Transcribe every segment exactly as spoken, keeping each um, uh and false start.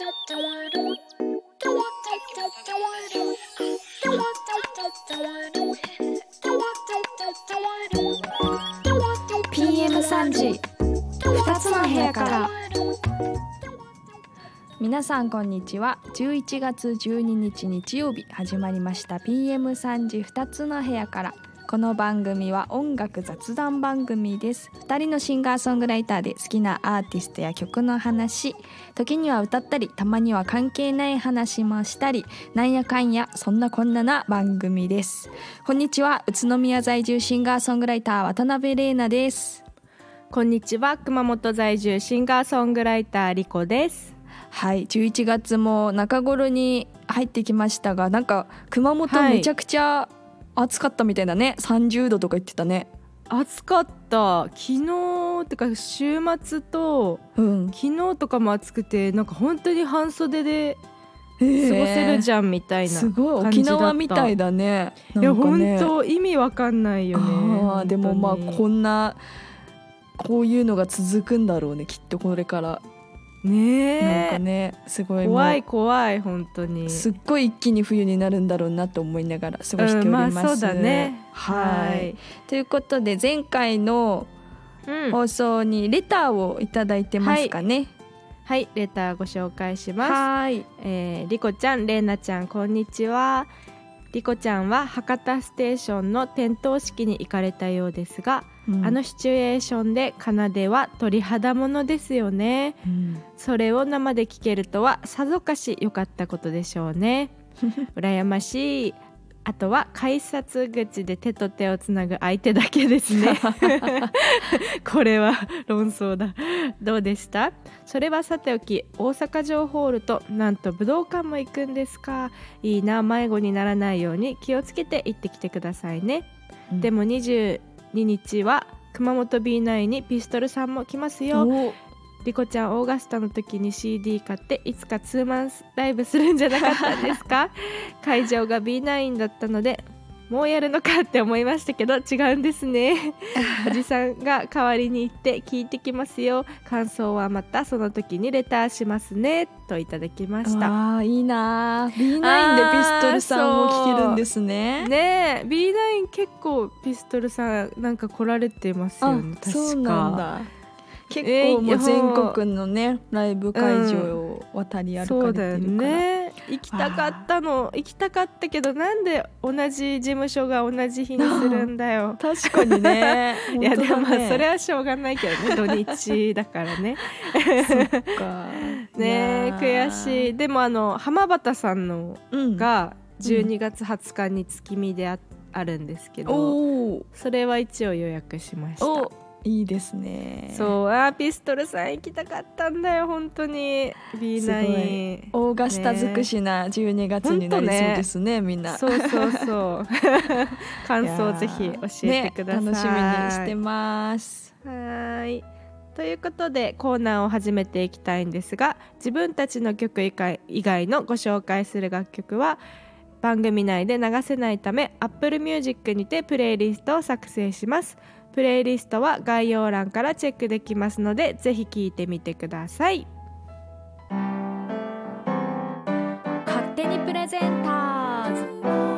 ピーエムさんじゅう ふたつの部屋から。皆さんこんにちは。じゅういちがつじゅうににち日曜日、始まりました ピーエムさんじゅう ふたつの部屋から。この番組は音楽雑談番組です。ふたりのシンガーソングライターで好きなアーティストや曲の話、時には歌ったり、たまには関係ない話もしたり、なんやかんやそんなこんなな番組です。こんにちは。宇都宮在住シンガーソングライター渡辺玲奈です。 こんにちは。熊本在住シンガーソングライターリコです。 はい、じゅういちがつも中頃に入ってきましたが、なんか熊本めちゃくちゃ暑かったみたいだね、はい、さんじゅうどとか言ってたね。 暑かった。昨日ってか週末と、うん、昨日とかも暑くて、なんか本当に半袖で過ごせるじゃんみたいな感じだった。 すごい沖縄みたいだ ね, なんかね。 いや本当意味わかんないよね。 あでもまあこんなこういうのが続くんだろうね、きっとこれからね。 なんかね、すごい怖い怖い、本当にすっごい一気に冬になるんだろうなと思いながら過ごしております、うん、 まあそうだね。 はい、はい、ということで前回の放送にレターをいただいてますかね。はい、 はい、レターご紹介します。 はい、 えー、リコちゃん、レイナちゃん、こんにちは。リコちゃんは博多ステーションの点灯式に行かれたようですが、うん、あのシチュエーションで奏では鳥肌ものですよね、うん、それを生で聴けるとはさぞかし良かったことでしょうね羨ましい。あとは改札口で手と手をつなぐ相手だけですねこれは論争だ。どうでした？それはさておき、大阪城ホールとなんと武道館も行くんですか。いいな。迷子にならないように気をつけて行ってきてくださいね、うん、でもにじゅうににちは熊本 ビーナイン にピストルさんも来ますよ。リコちゃん、オーガスタの時に シーディー 買っていつかツーマンライブするんじゃなかったんですか会場が ビーナイン だったのでもうやるのかって思いましたけど、違うんですねおじさんが代わりに行って聞いてきますよ。感想はまたその時にレターしますね、といただきました。 あいいな。 ビーナイン でピストルさんも聴けるんですね。 ねえ ビーナイン 結構ピストルさんなんか来られてますよね。確かそうなんだ。結構もう全国のね、ライブ会場を渡り歩かれてるから、うん、そうだよね。 行きたかったの行きたかったけど、なんで同じ事務所が同じ日にするんだよ確かにねいやでもまあそれはしょうがないけどね土日だからねそっかね悔しい。でもあの浜端さんのがじゅうにがつはつかに月見で あ, あるんですけど、うん、それは一応予約しました。 いいですね。 そう、あピストルさん行きたかったんだよ本当に。 ビーナインオーガスタ尽くしなじゅうにがつになりそうですね、みんな。 そうそうそう感想ぜひ教えてください、ね、 楽しみにしてます。 はい。ということでコーナーを始めていきたいんですが、自分たちの曲以外、以外のご紹介する楽曲は番組内で流せないため Apple Music にてプレイリストを作成します。プレイリストは概要欄からチェックできますので、ぜひ聴いてみてください。 勝手にプレゼンターズ。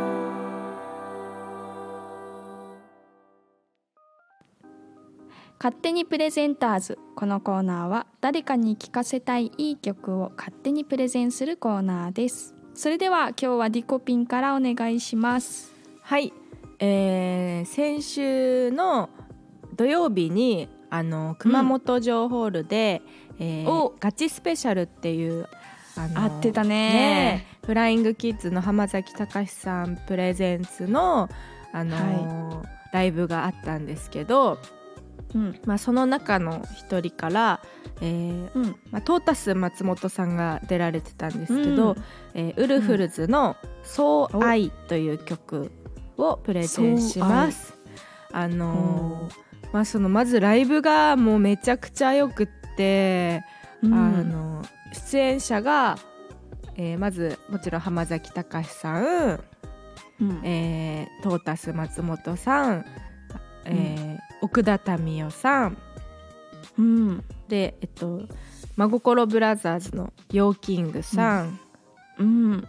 勝手にプレゼンターズ。このコーナーは誰かに聴かせたいいい曲を勝手にプレゼンするコーナーです。それでは今日はリコピンからお願いします。 はい、えー、先週の土曜日にあの熊本城ホールで、うんえー、ガチスペシャルっていうあのあってた ね, ねフライングキッズの浜崎隆さんプレゼンツ の, あの、はい、ライブがあったんですけど、うんまあ、その中の一人から、えーうんまあ、トータス松本さんが出られてたんですけど、うんえー、ウルフルズのそう愛という曲をプレゼンします。あのーまあ、そのまずライブがもうめちゃくちゃよくって、うん、あの出演者が、えー、まずもちろん浜崎隆さん、うんえー、トータス松本さん、えーうん、奥田民生さん、うん、で、えっと、 真心ブラザーズのヨーキングさん、 うん、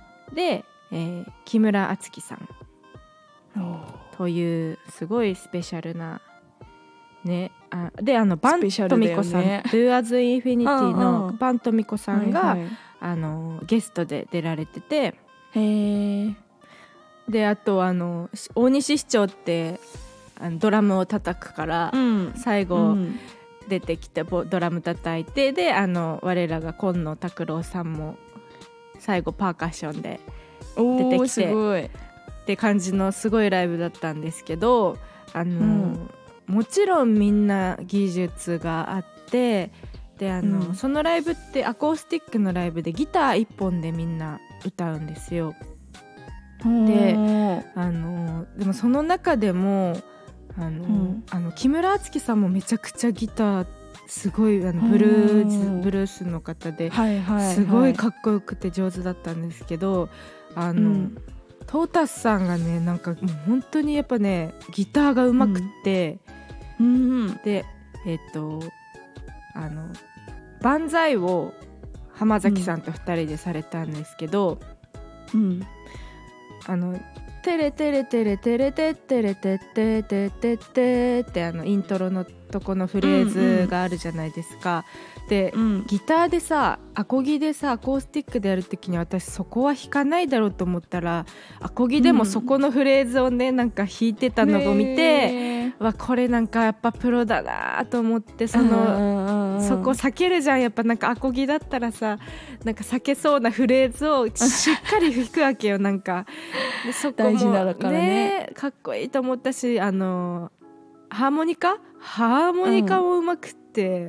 で、えー、木村敦樹さんというすごいスペシャルなね、あであのバントミコさん、ね、Do As Infinity のバントミコさんが、はいはい、あのゲストで出られてて、 へー。 であとあの大西市長ってあのドラムを叩くから、うん、最後、うん、出てきてドラム叩いて、であの我らが今野拓郎さんも最後パーカッションで出てきてすごいって感じのすごいライブだったんですけど、あの、うん、もちろんみんな技術があって、であの、うん、そのライブってアコースティックのライブでギター一本でみんな歌うんですよ。であのでもその中でもあの、うん、あの木村敦樹さんもめちゃくちゃギターすごいあのブルーズブルースの方で、はいはいはい、すごいかっこよくて上手だったんですけど、あの、うん、トータスさんがねなんかもう本当にやっぱねギターがうまくって、うん、でえっとあの万歳を浜崎さんとふたりでされたんですけど、うん、あのテレテレテレテレテテレテテテテテってあのイントロのとこのフレーズがあるじゃないですか、うんうん、で、うん、ギターでさアコギでさアコースティックでやるときに私そこは弾かないだろうと思ったらアコギでもそこのフレーズをねなんか弾いてたのを見て、うん、わこれなんかやっぱプロだなと思って、そのそこ避けるじゃん、やっぱなんかアコギだったらさなんか避けそうなフレーズをしっかり弾くわけよなんかでそこも大事なのからね、 ねかっこいいと思ったし、あのハーモニカハーモニカもうまくって、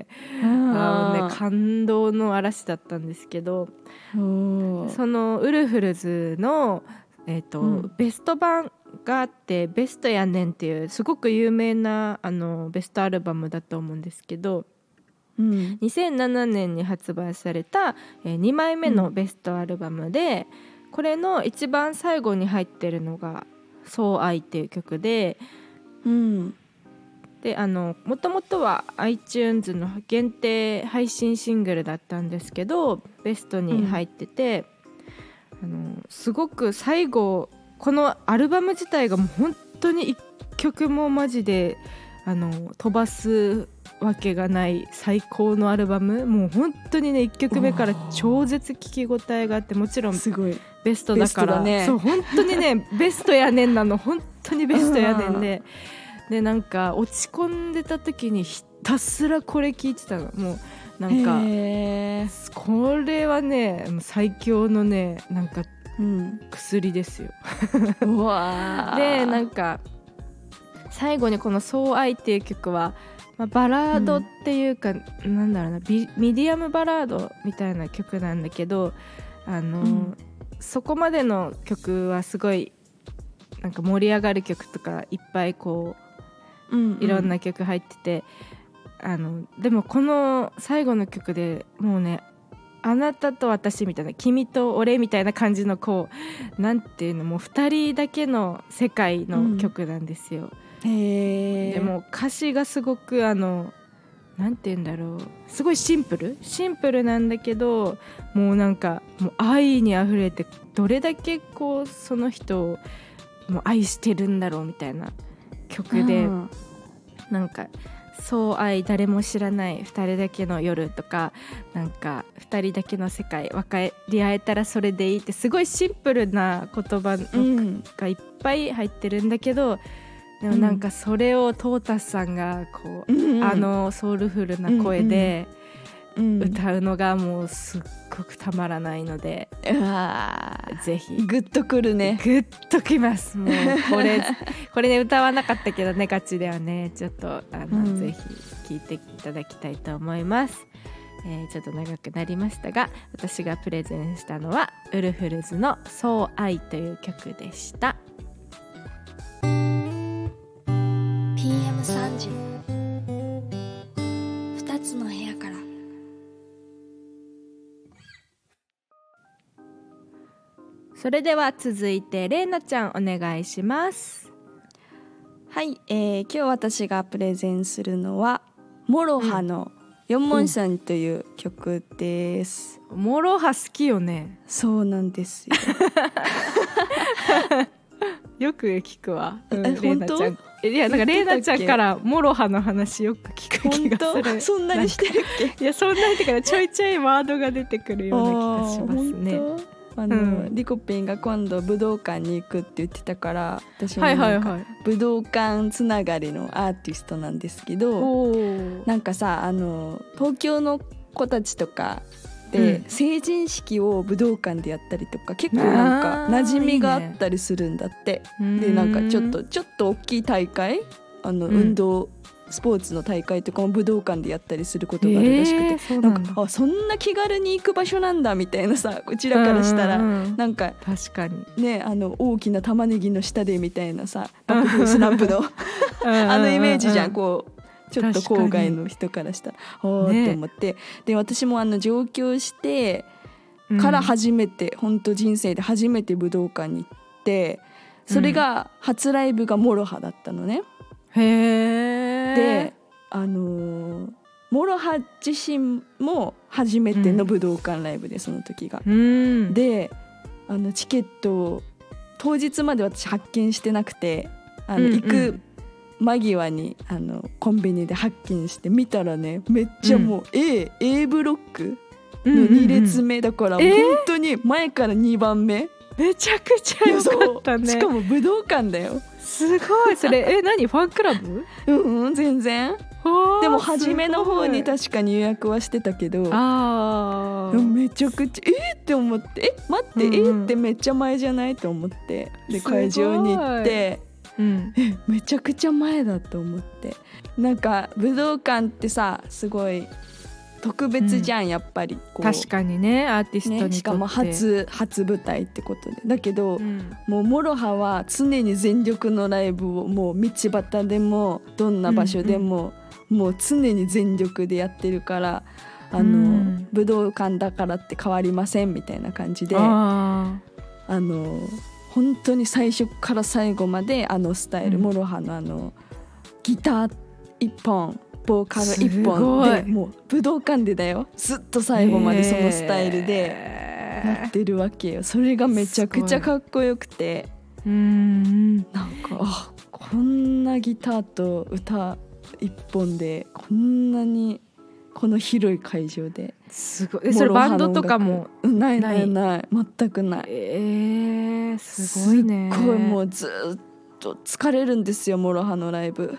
うん、あのね、感動の嵐だったんですけど、そのウルフルズの、えーとうん、ベスト版があってベストやねんっていうすごく有名なあのベストアルバムだと思うんですけど、うん、にせんななねんに発売された、えー、にまいめのベストアルバムで、うん、これの一番最後に入ってるのがそう愛っていう曲で、うんであのもともとは iTunes の限定配信シングルだったんですけどベストに入ってて、うん、あのすごく最後このアルバム自体がもう本当にいっきょくもマジであの飛ばすわけがない最高のアルバム、もう本当にねいっきょくめから超絶聴き応えがあって、もちろんすごいベストだから、ね、そう本当にねベストやねんなの本当にベストやねんででなんか落ち込んでた時にひたすらこれ聴いてたの、もうなんかこれはね最強のねなんか薬ですよ、うん、うわでなんか最後にこのそう愛っていう曲は、まあ、バラードっていうか、うん、なんだろうなビミディアムバラードみたいな曲なんだけど、あの、うん、そこまでの曲はすごいなんか盛り上がる曲とかいっぱいこううんうん、いろんな曲入ってて、あのでもこの最後の曲でもうねあなたと私みたいな君と俺みたいな感じのこうなんていうのもうふたりだけの世界の曲なんですよ、うん、へー。でも歌詞がすごくあのなんていうんだろうすごいシンプルシンプルなんだけどもうなんかもう愛にあふれてどれだけこうその人をもう愛してるんだろうみたいな曲で、うん、なんかそう愛誰も知らないふたりだけの夜とかなんかふたりだけの世界分かり合えたらそれでいいってすごいシンプルな言葉がいっぱい入ってるんだけど、うん、でもなんかそれをトータスさんがこう、うん、あのソウルフルな声で歌うのがもうすっごくたまらないので、うん、ぜひグッとくるね。 グッときます。もうこれこれね歌わなかったけどねガチではねちょっとあの、うん、ぜひ聴いていただきたいと思います、えー、ちょっと長くなりましたが私がプレゼンしたのはウルフルズのそう愛という曲でした。 ピーエムさんじゅう ふたつの部屋からそれでは続いてレイナちゃんお願いします。 はい、えー、今日私がプレゼンするのはモロハの四文さんという曲です。 モロハ好きよね。 そうなんですよよく聞くわ、 うん、 レイナちゃん。いやなんかレイナちゃんからモロハの話よく聞く気がする。 そんなにしてるっけ？ いやそんなにってからちょいちょいワードが出てくるような気がしますね。 あの、うん、リコピンが今度武道館に行くって言ってたから、私もなんか武道館つながりのアーティストなんですけど、はいはい、なんかさあの東京の子たちとかで、うん、成人式を武道館でやったりとか結構なんか馴染みがあったりするんだって。いいね。でなんかちょっとちょっと大きい大会、あの、うん、運動スポーツの大会とかも武道館でやったりすることがあるらしくて、えー、そうなんだ。なんかあそんな気軽に行く場所なんだみたいなさ、うちらからしたら、うんうんうん、なんか確かにね、あの大きな玉ねぎの下でみたいなさ、爆風スナップのあのイメージじゃん、こうちょっと郊外の人からしたらおーって思って、ね、で私もあの上京してから初めて、うん、本当人生で初めて武道館に行って、それが初ライブがモロハだったのね。 へー。 であのー、モロハ自身も初めての武道館ライブで、その時が、うん、であのチケットを当日まで私発見してなくて、あの、うんうん、行く間際にあのコンビニで発見して見たらね、めっちゃもう A、うん、A ブロックのに列目だから、うんうんうん、本当に前からにばんめ、 めちゃくちゃ良かったね。 しかも武道館だよ。 すごい。それえ何ファンクラブ？ うん、うん、全然。でも初めの方に確かに予約はしてたけど、あめちゃくちゃえー、って思って、え待って、うんうん、えー、ってめっちゃ前じゃないと思って、で会場に行って、うん、えめちゃくちゃ前だと思って、なんか武道館ってさすごい特別じゃん、うん、やっぱりこう確かにね、アーティストにとって、ね、 しかも初初舞台ってことでだけど、うん、もうモロハは常に全力のライブをもう道端でもどんな場所でも、うんうん、もう常に全力でやってるから、あの、うん、武道館だからって変わりませんみたいな感じで、ああの本当に最初から最後まであのスタイル、うん、モロハのあのギター一本ボーカル一本でもう武道館でだよ、ずっと最後までそのスタイルでやってるわけよ。それがめちゃくちゃかっこよくて、うーんなんかあこんなギターと歌一本でこんなにこの広い会場ですごい。それバンドとかもないないない全くない。 えー、すごいね。 すごいもうずっと疲れるんですよモロハのライブ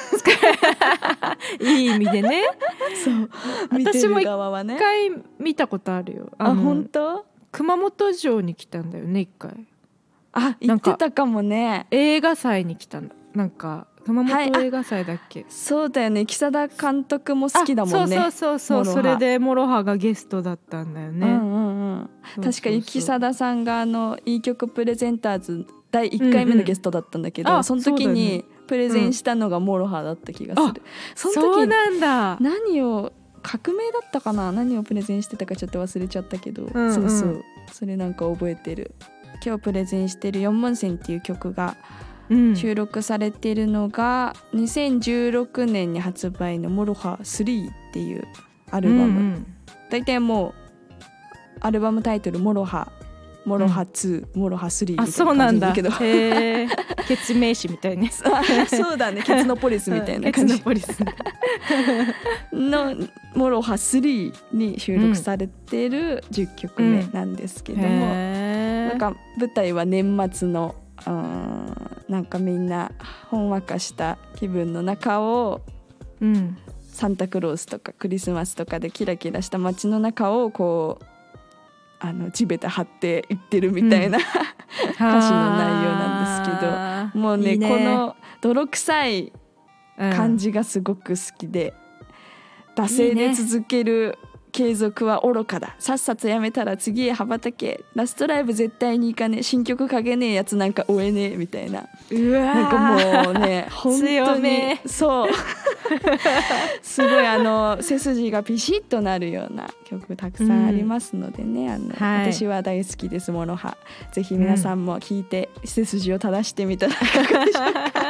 いい意味でね。 そう私も一回見たことあるよ。 あ本当？ 熊本城に来たんだよね一回。 あ行ってたかもね。 映画祭に来たんだ。なんか熊本映画祭だっけ、はい、 そうだよね。木貞監督も好きだもんね。 そうそうそうそう。それでモロハがゲストだったんだよね。うんうんうん。 確かに木貞さんがあのいい曲プレゼンターズだいいっかいめのゲストだったんだけど、うんうん、その時にプレゼンしたのがモロハだった気がする、うん、その時そうなんだ。 何を革命だったかな、何をプレゼンしてたかちょっと忘れちゃったけど、うんうん、そうそうそれなんか覚えてる。今日プレゼンしてる四文線っていう曲が収録されているのがにせんじゅうろくねんに発売のモロハスリーっていうアルバム、うんうん、だいたいもうアルバムタイトルモロハモロハツー、うん、モロハスリーみたいな感じだけど、 へケツ名詞みたいねそうだね、ケツノポリスみたいな感じ、うん、ケツノポリスのモロハスリーに収録されているじゅっきょくめなんですけども、うん、なんか舞台は年末のうんなんかみんなほんわかした気分の中を、うん、サンタクロースとかクリスマスとかでキラキラした街の中をこうあの地べた張っていってるみたいな、うん、歌詞の内容なんですけど、もう ね, いいねこの泥臭い感じがすごく好きで、うん、惰性で続ける継続は愚かだ、さっさとやめたら次へ羽ばたけ、ラストライブ絶対に行かねえ、新曲かけねえやつなんか追えねえみたいな、うわなんかもうね本当にそうすごいあの背筋がピシッとなるような曲たくさんありますのでね、うん、あのはい、私は大好きですモロハ。ぜひ皆さんも聴いて背筋を正してみたらいかがでしょうか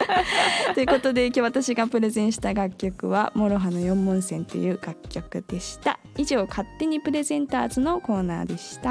ということで今日私がプレゼンした楽曲はモロハの四文線という楽曲でした。以上勝手にプレゼンターズのコーナーでした。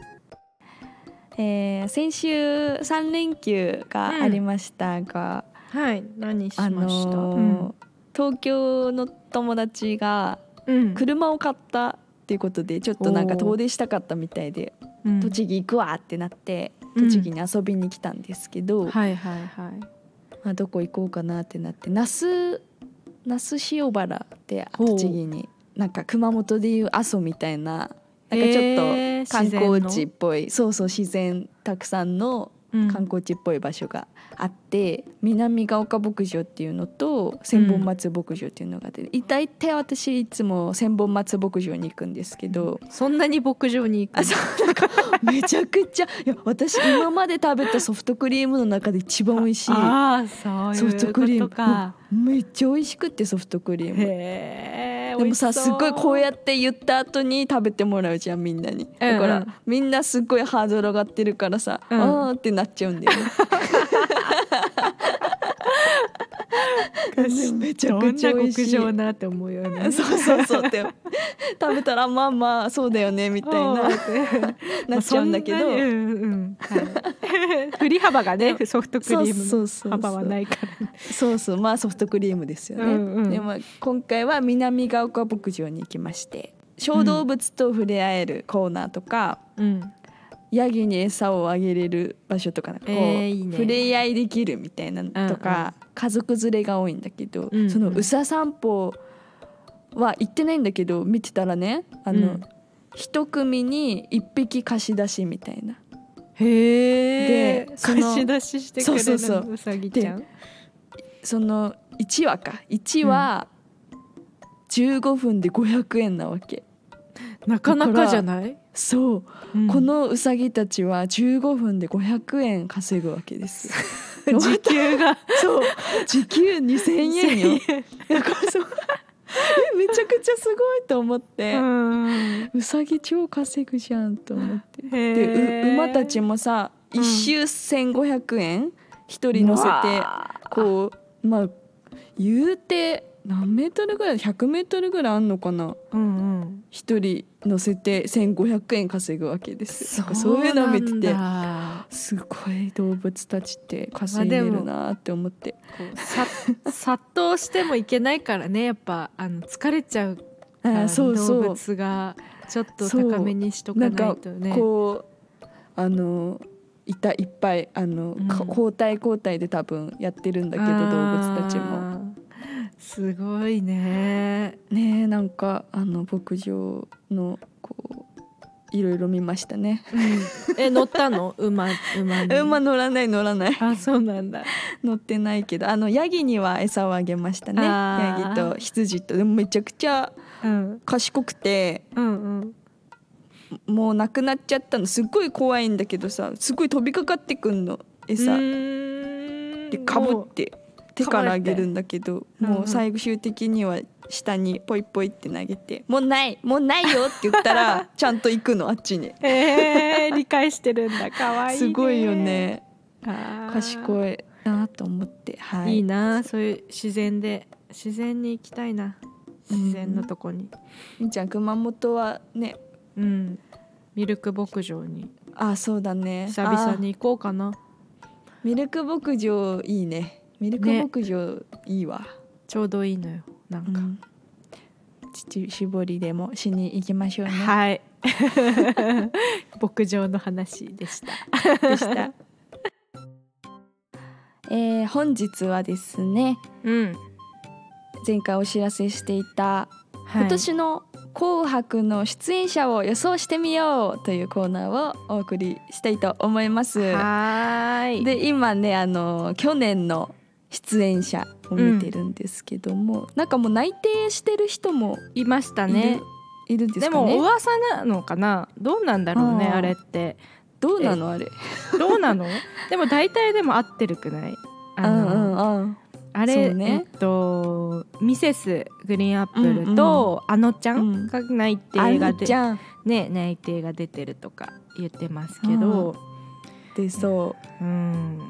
えー、先週さん連休がありましたが、 うん、はい何しました、 あのーうん、東京の友達が車を買ったっていうことでちょっとなんか遠出したかったみたいで、うん、栃木行くわってなって栃木に遊びに来たんですけど、うん、 はいはいはい、 まあ、どこ行こうかなってなって那須那須塩原って栃木になんか熊本でいう阿蘇みたいななんかちょっと観光地っぽい、そうそう自然たくさんの観光地っぽい場所があって、うん、南ヶ丘牧場っていうのと千本松牧場っていうのがあって、うん、大体私いつも千本松牧場に行くんですけど、 うん、そんなに牧場に行く？ あ、そうなんかめちゃくちゃいや私今まで食べたソフトクリームの中で一番美味しいあそういうソフトクリームか、 めっちゃ美味しくってソフトクリーム。 へーでもさすごいこうやって言った後に食べてもらうじゃんみんなに、だから、うんうん、みんなすっごいハードル上がってるからさ、うん、あーってなっちゃうんだよねめちゃくちゃ美味しい。 どんな極上なって思うよねそうそうそうって食べたらまあまあそうだよねみたいななっちゃうんだけど、うんうんはい、 振り幅がねソフトクリームの幅はないから、ね、 そうそうまあソフトクリームですよね、うんうん、でも今回は南ヶ丘牧場に行きまして、小動物と触れ合えるコーナーとか、うんヤギに餌をあげれる場所とか、なんかこう、えーいいね、触れ合いできるみたいなのとか、うんうん、家族連れが多いんだけど、うんうん、そのうさ散歩は行ってないんだけど見てたらねあの、うん、一組に一匹貸し出しみたいな。 へーで貸し出ししてくれるのそうそうそううさぎちゃん。 そのいちわかいちわじゅうごふんでごひゃくえんなわけ。 なかなかじゃない？ そう、うん、このうさぎたちはじゅうごふんでごひゃくえん稼ぐわけです時給がそう時給にせんえんよだからそうめちゃくちゃすごいと思って、うん、うさぎ超稼ぐじゃんと思ってで馬たちもさ一周せんごひゃくえん一人乗せて、こうまあ言うて何メートルぐらいひゃくメートルぐらいあんのかな、うんうん、一人乗せてせんごひゃくえん稼ぐわけです。なんかそういうのを見ててすごい動物たちって稼いでるなって思って、 まあ、殺到してもいけないからねやっぱあの疲れちゃうから、ね、そうそう動物がちょっと高めにしとかないとね。 なんかこうあのいたいっぱいあの、うん、交代交代で多分やってるんだけど動物たちもすごいね。 ねえなんかあの牧場のこういろいろ見ましたね、 うん、え乗ったの馬馬に馬乗らない乗らない。 あそうなんだ。 乗ってないけどあのヤギには餌をあげましたね。ヤギと羊とでもめちゃくちゃ賢くて、うんうんうん、もうなくなっちゃったのすっごい怖いんだけどさすごい飛びかかってくんの餌でかぶって手からあげるんだけどもう最終的には下にポイポイって投げてもうないもうないよって言ったらちゃんと行くのあっちにえー、理解してるんだかわいいね。 すごいよね。賢いなと思って、はい、 いいなそういう自然で自然に行きたいな自然のとこに。 みーちゃん熊本はね、 うん、ミルク牧場にあそうだね久々に行こうかな。 ミルク牧場いいね。ミルク牧場いいわ、ね、 ちょうどいいのよなんか、うん、 乳搾りでもしに行きましょうね。 はい牧場の話でしたでしたえー、本日はですね、うん、前回お知らせしていた、はい、今年の紅白の出演者を予想してみようというコーナーをお送りしたいと思います。 はいで今ねあの去年の出演者を見てるんですけども、うん、なんかもう内定してる人もいましたね。 いるんですかね。 でも噂なのかなどうなんだろうね あ, あれってどうなのあれどうなのでも大体でも合ってるくないあの、うんうんうん、あれ、ねえっと、ミセスグリーンアップルと、うんうん、あのちゃんが内定がで、ね、内定が出てるとか言ってますけど、 うん、でそう、 うん、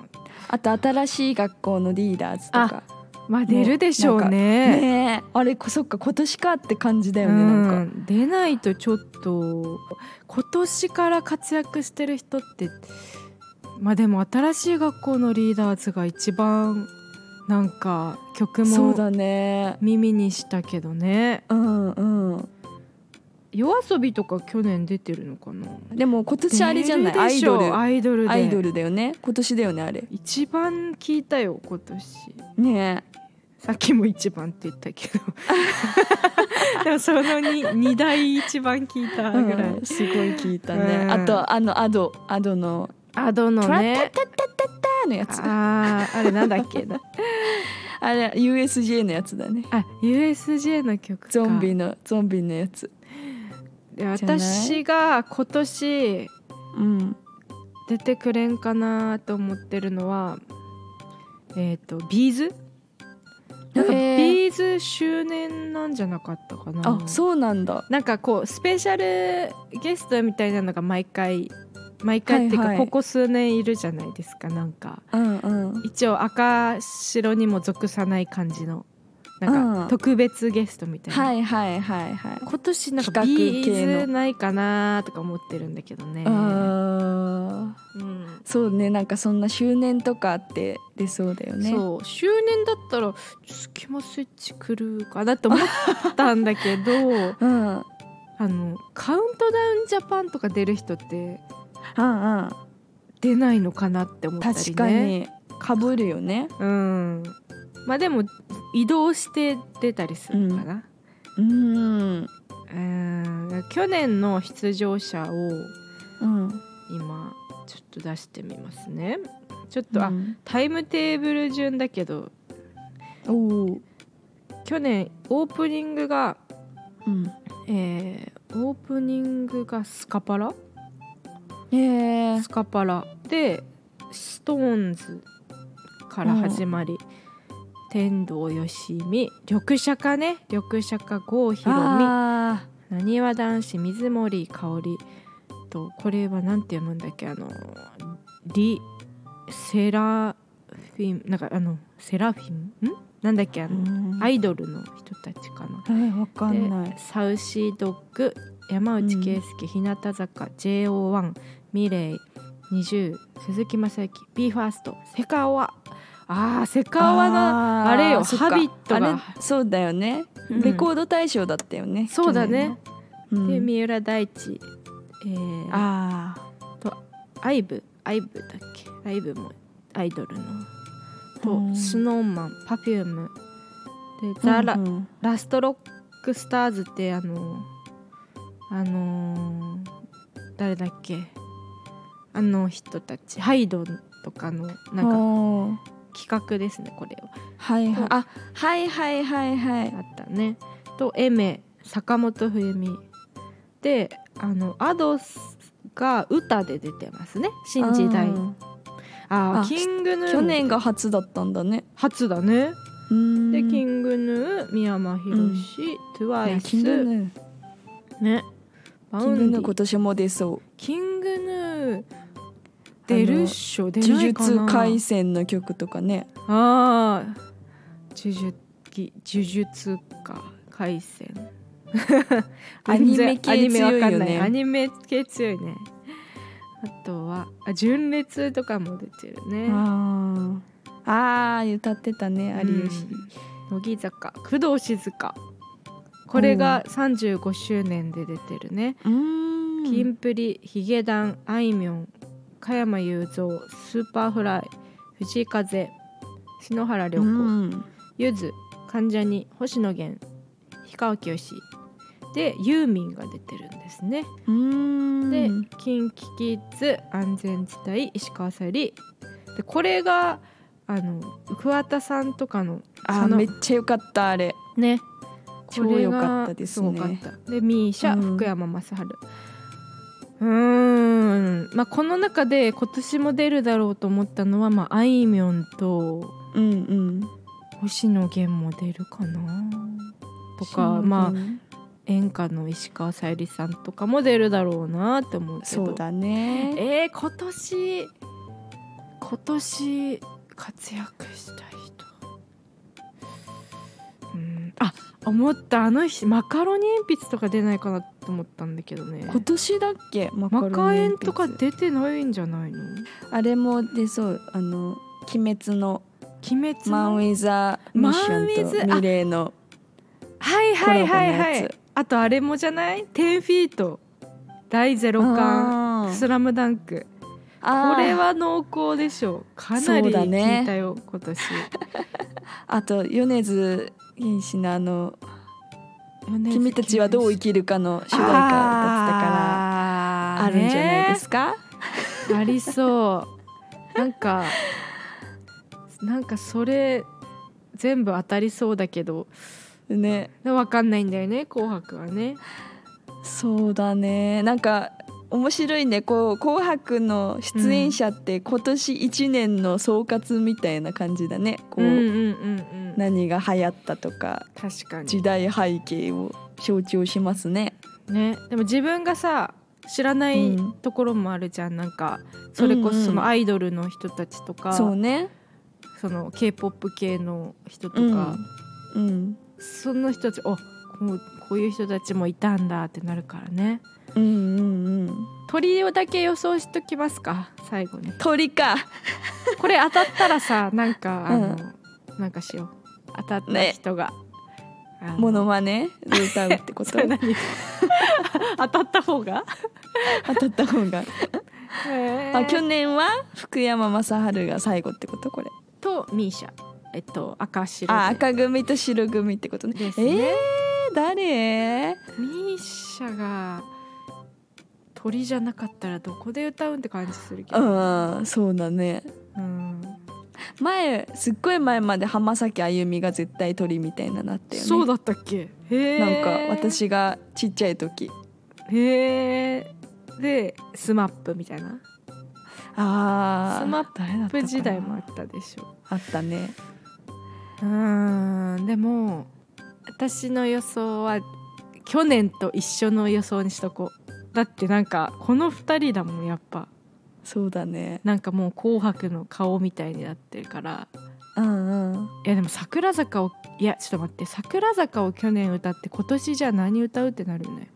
あと新しい学校のリーダーズとかまあ出るでしょうね。 ねえ、あれそっか今年かって感じだよね、 うん、 なんか出ないとちょっと今年から活躍してる人ってまあでも新しい学校のリーダーズが一番なんか曲もそうだね、 耳にしたけどね。 うんうん。 夜遊びとか去年出てるのかな。 でも今年あれじゃない、アイドルアイドルでアイドルだよね、今年だよねあれ。 一番聞いたよ今年ねえ、 さっきも一番って言ったけどでもその 2, 二大一番聞いたぐらい、 うん、すごい聞いたね、 うん、 あとあのアドアドのアドのねトラタタタタタのやつ、 あああれなんだっけあれ ユーエスジェー のやつだね。 あ ユーエスジェー の曲か。 ゾンビのゾンビのやつで私が今年うん出てくれんかなと思ってるのはえっ、ー、とビーズなんかビーズ周年なんじゃなかったかな。 あ、そうなんだ。 なんかこうスペシャルゲストみたいなのが毎回毎回っていうか、はいはい、ここ数年いるじゃないですか。なんか、うんうん、一応赤白にも属さない感じのなんか特別ゲストみたいな、うん、 はいはいはいはい。 今年なんかビーズないかなとか思ってるんだけどね。 あ、うん、そうね、なんかそんな周年とかって出そうだよね。 そう周年だったらスキマスイッチ来るかなと思ったんだけど、うん、あのカウントダウンジャパンとか出る人ってうんうん、出ないのかなって思ったりね。 確かに被るよね。 うん。まあでも移動して出たりするのかな。うん。うんうん去年の出場者を、うん、今ちょっと出してみますね。ちょっと、うん、あタイムテーブル順だけど、お去年オープニングが、うんえー、オープニングがスカパラ。スカパラでストーンズから始まり、うん、天童よしみ、緑シャカね、緑シャカ郷ひろみ、なにわ男子水森かおりと、これはなんて読むんだっけ、あのリセラフィンなんかあのセラフィンんなんだっけあの、うん、アイドルの人たちかな。 えー、わかんない。 サウシードッグ、山内圭介、日向坂、ジェイオーワン、ミレイ、ニジュー、鈴木雅之、ビーファースト、セカオワ。あーセカオワのあれよ、ハビットがそうだよね、うん、レコード大賞だったよね。 そうだね、うん、で三浦大知、えー、 あとアイブアイブだっけ、アイブもアイドルのと、うん、スノーマン、パフュームでザラ、うんうん、ラストロックスターズってあのあのー、誰だっけ、あの人たち、ハイドとかのなんか企画ですね、これは。 はいはい、あ、はいはいはいはい。 あったね。とエメ、坂本冬美で、あのアドスが歌で出てますね。新時代。ああ、キングヌー去年が初だったんだね。 初だね。でキングヌー、三山ひろし、トゥワイス、 キングヌーね。 キングヌー今年も出そう。 キングヌー出るっしょ、出ないかな。 呪術廻戦の曲とかね。 ああ、呪術呪術か廻戦アニメ系強いよね。 アニメ系強いね。あとはあ純烈とかも出てるね。 ああ歌ってたね、有吉、 うん、乃木坂、工藤静香、これがさんじゅうごしゅうねんで出てるね。うーん、キンプリ、ヒゲダン、あいみょん、加山雄三、スーパーフライ、藤井風、篠原涼子、ゆず、関ジャニ、星野源、氷川きよしでユーミンが出てるんですね。うーんでキンキキッズ、安全地帯、石川さゆりで、これがあの桑田さんとかの、 あめっちゃ良かったあれね、 超良かったですね。 すごかった。でミーシャ、福山雅治、うーん、まあ、この中で今年も出るだろうと思ったのは、まあ、あいみょんと、うんうん、星野源も出るかなとか、まあ演歌の石川さゆりさんとかも出るだろうなって思うけど。 そうだね。 えー、今年今年活躍した人、うん、あ、思った、あの日マカロニ鉛筆とか出ないかなと思ったんだけどね。 今年だっけ？マカロニマカエンとか出てないんじゃないの？ あれも出そう。あの鬼滅の鬼滅のマン・ウィザー・ミッションとミレーのはいはいはいはい。あとあれもじゃない？テンフィート第ゼロ巻スラムダンク。これは濃厚でしょう。かなり聞いたよ、ね、今年。 あと米津玄師のあの君たちはどう生きるかの主題歌を歌ってたからあるんじゃないですか？ ありそう。なんかなんかそれ全部当たりそうだけどね、 分かんないんだよね、紅白はね。 そうだね。なんか面白いね。こう紅白の出演者って今年いちねんの総括みたいな感じだね。こう、うんうんうんうん、何が流行ったとか、 確かに時代背景を象徴しますね。 ね、でも自分がさ知らないところもあるじゃん、うん、なんかそれこそそのアイドルの人たちとか、 うんうん、そうね、 その K-ポップ 系の人とか、 うんうん、 その人たち、お、こう、こういう人たちもいたんだってなるからね。 うんうんうん。 鳥をだけ予想しときますか、最後に。 鳥か。 これ当たったらさ、なんかあの、うん、なんかしよう。当たった人が、 ね、モノマネで歌うってこと？ 当たった方が当たった方があ、去年は福山雅治が最後ってこと？これとミーシャ、えっと赤白あ赤組と白組ってことね。 ですね。 えー、誰？ ミーシャが鳥じゃなかったらどこで歌うんって感じするけど。 うん、そうだね。うん、前すっごい前まで浜崎あゆみが絶対鳥みたいななったよね。 そうだったっけ？へー。 なんか私がちっちゃい時。 へー。でスマップみたいな。 あスマップ時代もあったでしょ。 あったね。 うーん、でも私の予想は去年と一緒の予想にしとこう。だってなんかこのふたりだもん、やっぱ。 そうだね。 なんかもう紅白の顔みたいになってるから。 うんうん。 いやでも桜坂を、いやちょっと待って、桜坂を去年歌って今年じゃあ何歌うってなるよね。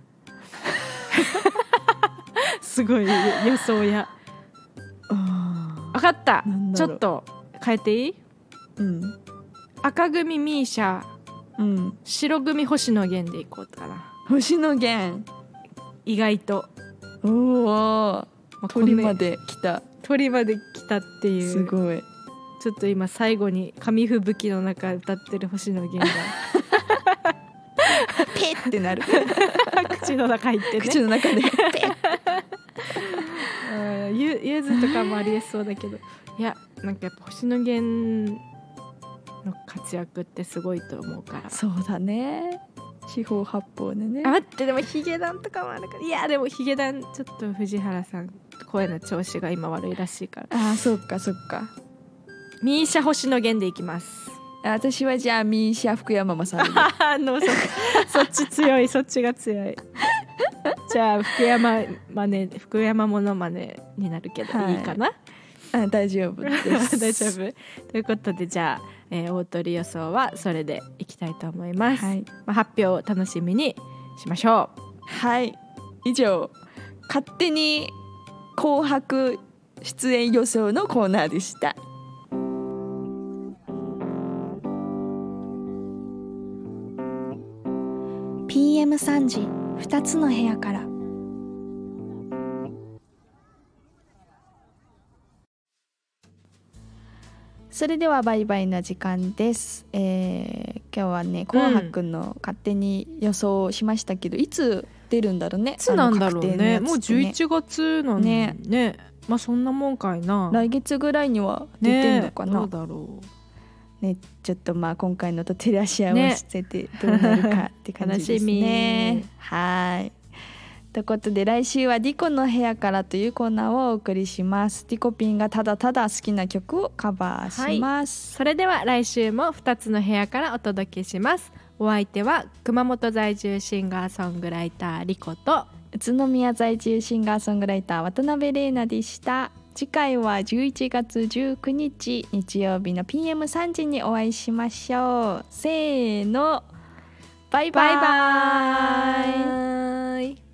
すごい予想や。分かった。ちょっと変えていい？うん。赤組ミーシャ、うん、白組星野源でいこうかな。 星野源意外とおお、鳥まで来た。 鳥まで来たっていう。 すごい。 ちょっと今最後に紙吹雪の中歌ってる星野源がペッってなる。 口の中入ってね。 口の中でペッ。ゆ, ゆずとかもありえそうだけど、いやなんかやっぱ星野源の活躍ってすごいと思うから。 そうだね、四方八方でね。 あ、待って、でもヒゲダンとかもあるから。いやでもヒゲダンちょっと藤原さん声の調子が今悪いらしいから。 ああ、そっかそっか。 ミーシャ星野源でいきます。 私はじゃあミーシャ福山雅治で。 あの そ, そっち強い、そっちが強い。じゃあ福山マネ福山モノマネになるけど、はい、いいかな。 あ、大丈夫です。 大丈夫ということで、じゃあ、えー、大鳥予想はそれでいきたいと思います、はい。まあ、発表を楽しみにしましょう。 はい、以上勝手に紅白出演予想のコーナーでした。 ピーエムさん 時ふたつの部屋から。 それではバイバイの時間です、えー、今日はね紅白の勝手に予想をしましたけど、うん、いつ出るんだろうね。 いつなんだろう ね, ねもうじゅういちがつなんねね。まあそんなもんかいな。 来月ぐらいには出てんのかな、 ね、どうだろうね。ちょっとまあ今回のと照らし合わせてどうなるかって感じですね。楽しみ。はい、ということで来週はディコの部屋からというコーナーをお送りします。ディコピンがただただ好きな曲をカバーします、 はい、それでは来週もふたつの部屋からお届けします。お相手は熊本在住シンガーソングライターリコと宇都宮在住シンガーソングライター渡辺玲奈でした。 次回はじゅういちがつじゅうくにち日曜日の ピーエムさん 時にお会いしましょう。せーの、バイバイ。 バイバイ。